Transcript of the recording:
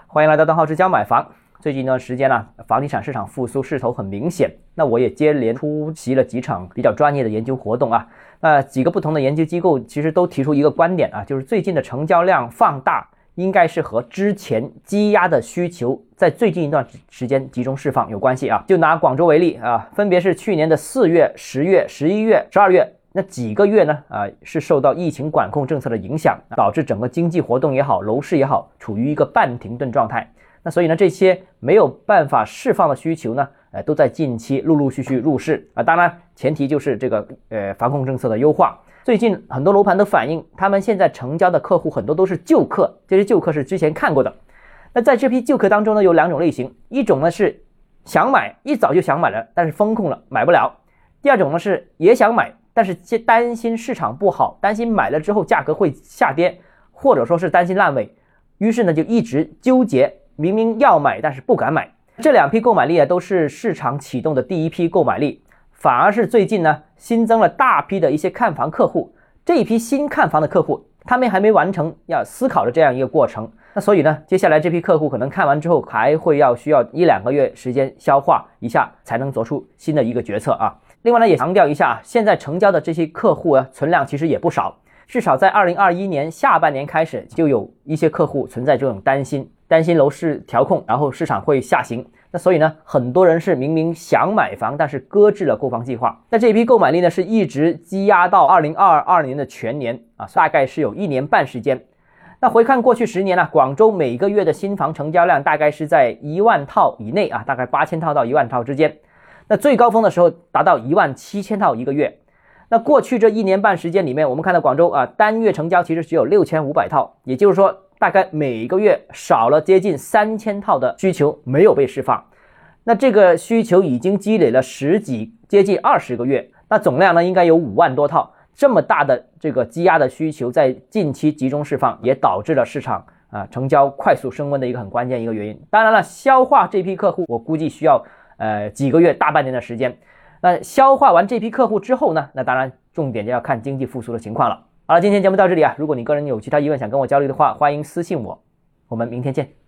欢迎来到邓浩之家买房。最近一段时间呢，房地产市场复苏势头很明显。那我也接连出席了几场比较专业的研究活动啊。几个不同的研究机构其实都提出一个观点啊，就是最近的成交量放大，应该是和之前积压的需求在最近一段时间集中释放有关系啊。就拿广州为例啊，分别是去年的4月、10月、11月、12月。那几个月呢？是受到疫情管控政策的影响，导致整个经济活动也好，楼市也好，处于一个半停顿状态。那所以呢，这些没有办法释放的需求呢，都在近期陆陆续续入市啊。当然，前提就是这个防控政策的优化。最近很多楼盘都反映，他们现在成交的客户很多都是旧客，这些旧客是之前看过的。那在这批旧客当中呢，有2种类型，一种呢是想买，一早就想买了，但是风控了，买不了；第二种呢是也想买。但是担心市场不好，担心买了之后价格会下跌，或者说是担心烂尾，于是呢就一直纠结，明明要买但是不敢买。这2批购买力啊都是市场启动的第一批购买力，反而是最近呢新增了大批的一些看房客户。这一批新看房的客户，他们还没完成要思考的这样一个过程，那所以呢接下来这批客户可能看完之后还会需要1-2个月时间消化一下，才能做出新的一个决策啊。另外呢，也强调一下，现在成交的这些客户啊，存量其实也不少，至少在2021年下半年开始，就有一些客户存在这种担心楼市调控，然后市场会下行。那所以呢，很多人是明明想买房，但是搁置了购房计划。那这批购买力呢，是一直积压到2022年的全年啊，大概是有1年半时间。那回看过去10年呢，广州每个月的新房成交量大概是在1万套以内啊，大概8000套到1万套之间。那最高峰的时候达到17000套一个月。那过去这1年半时间里面，我们看到广州单月成交其实只有6500套，也就是说大概每个月少了接近3000套的需求没有被释放。那这个需求已经积累了10几接近20个月，那总量呢应该有5万多套。这么大的这个积压的需求在近期集中释放，也导致了市场成交快速升温的一个很关键一个原因。当然了，消化这批客户我估计需要几个月大半年的时间。那消化完这批客户之后呢，那当然重点就要看经济复苏的情况了。好了，今天节目到这里啊，如果你个人有其他疑问想跟我交流的话，欢迎私信我，我们明天见。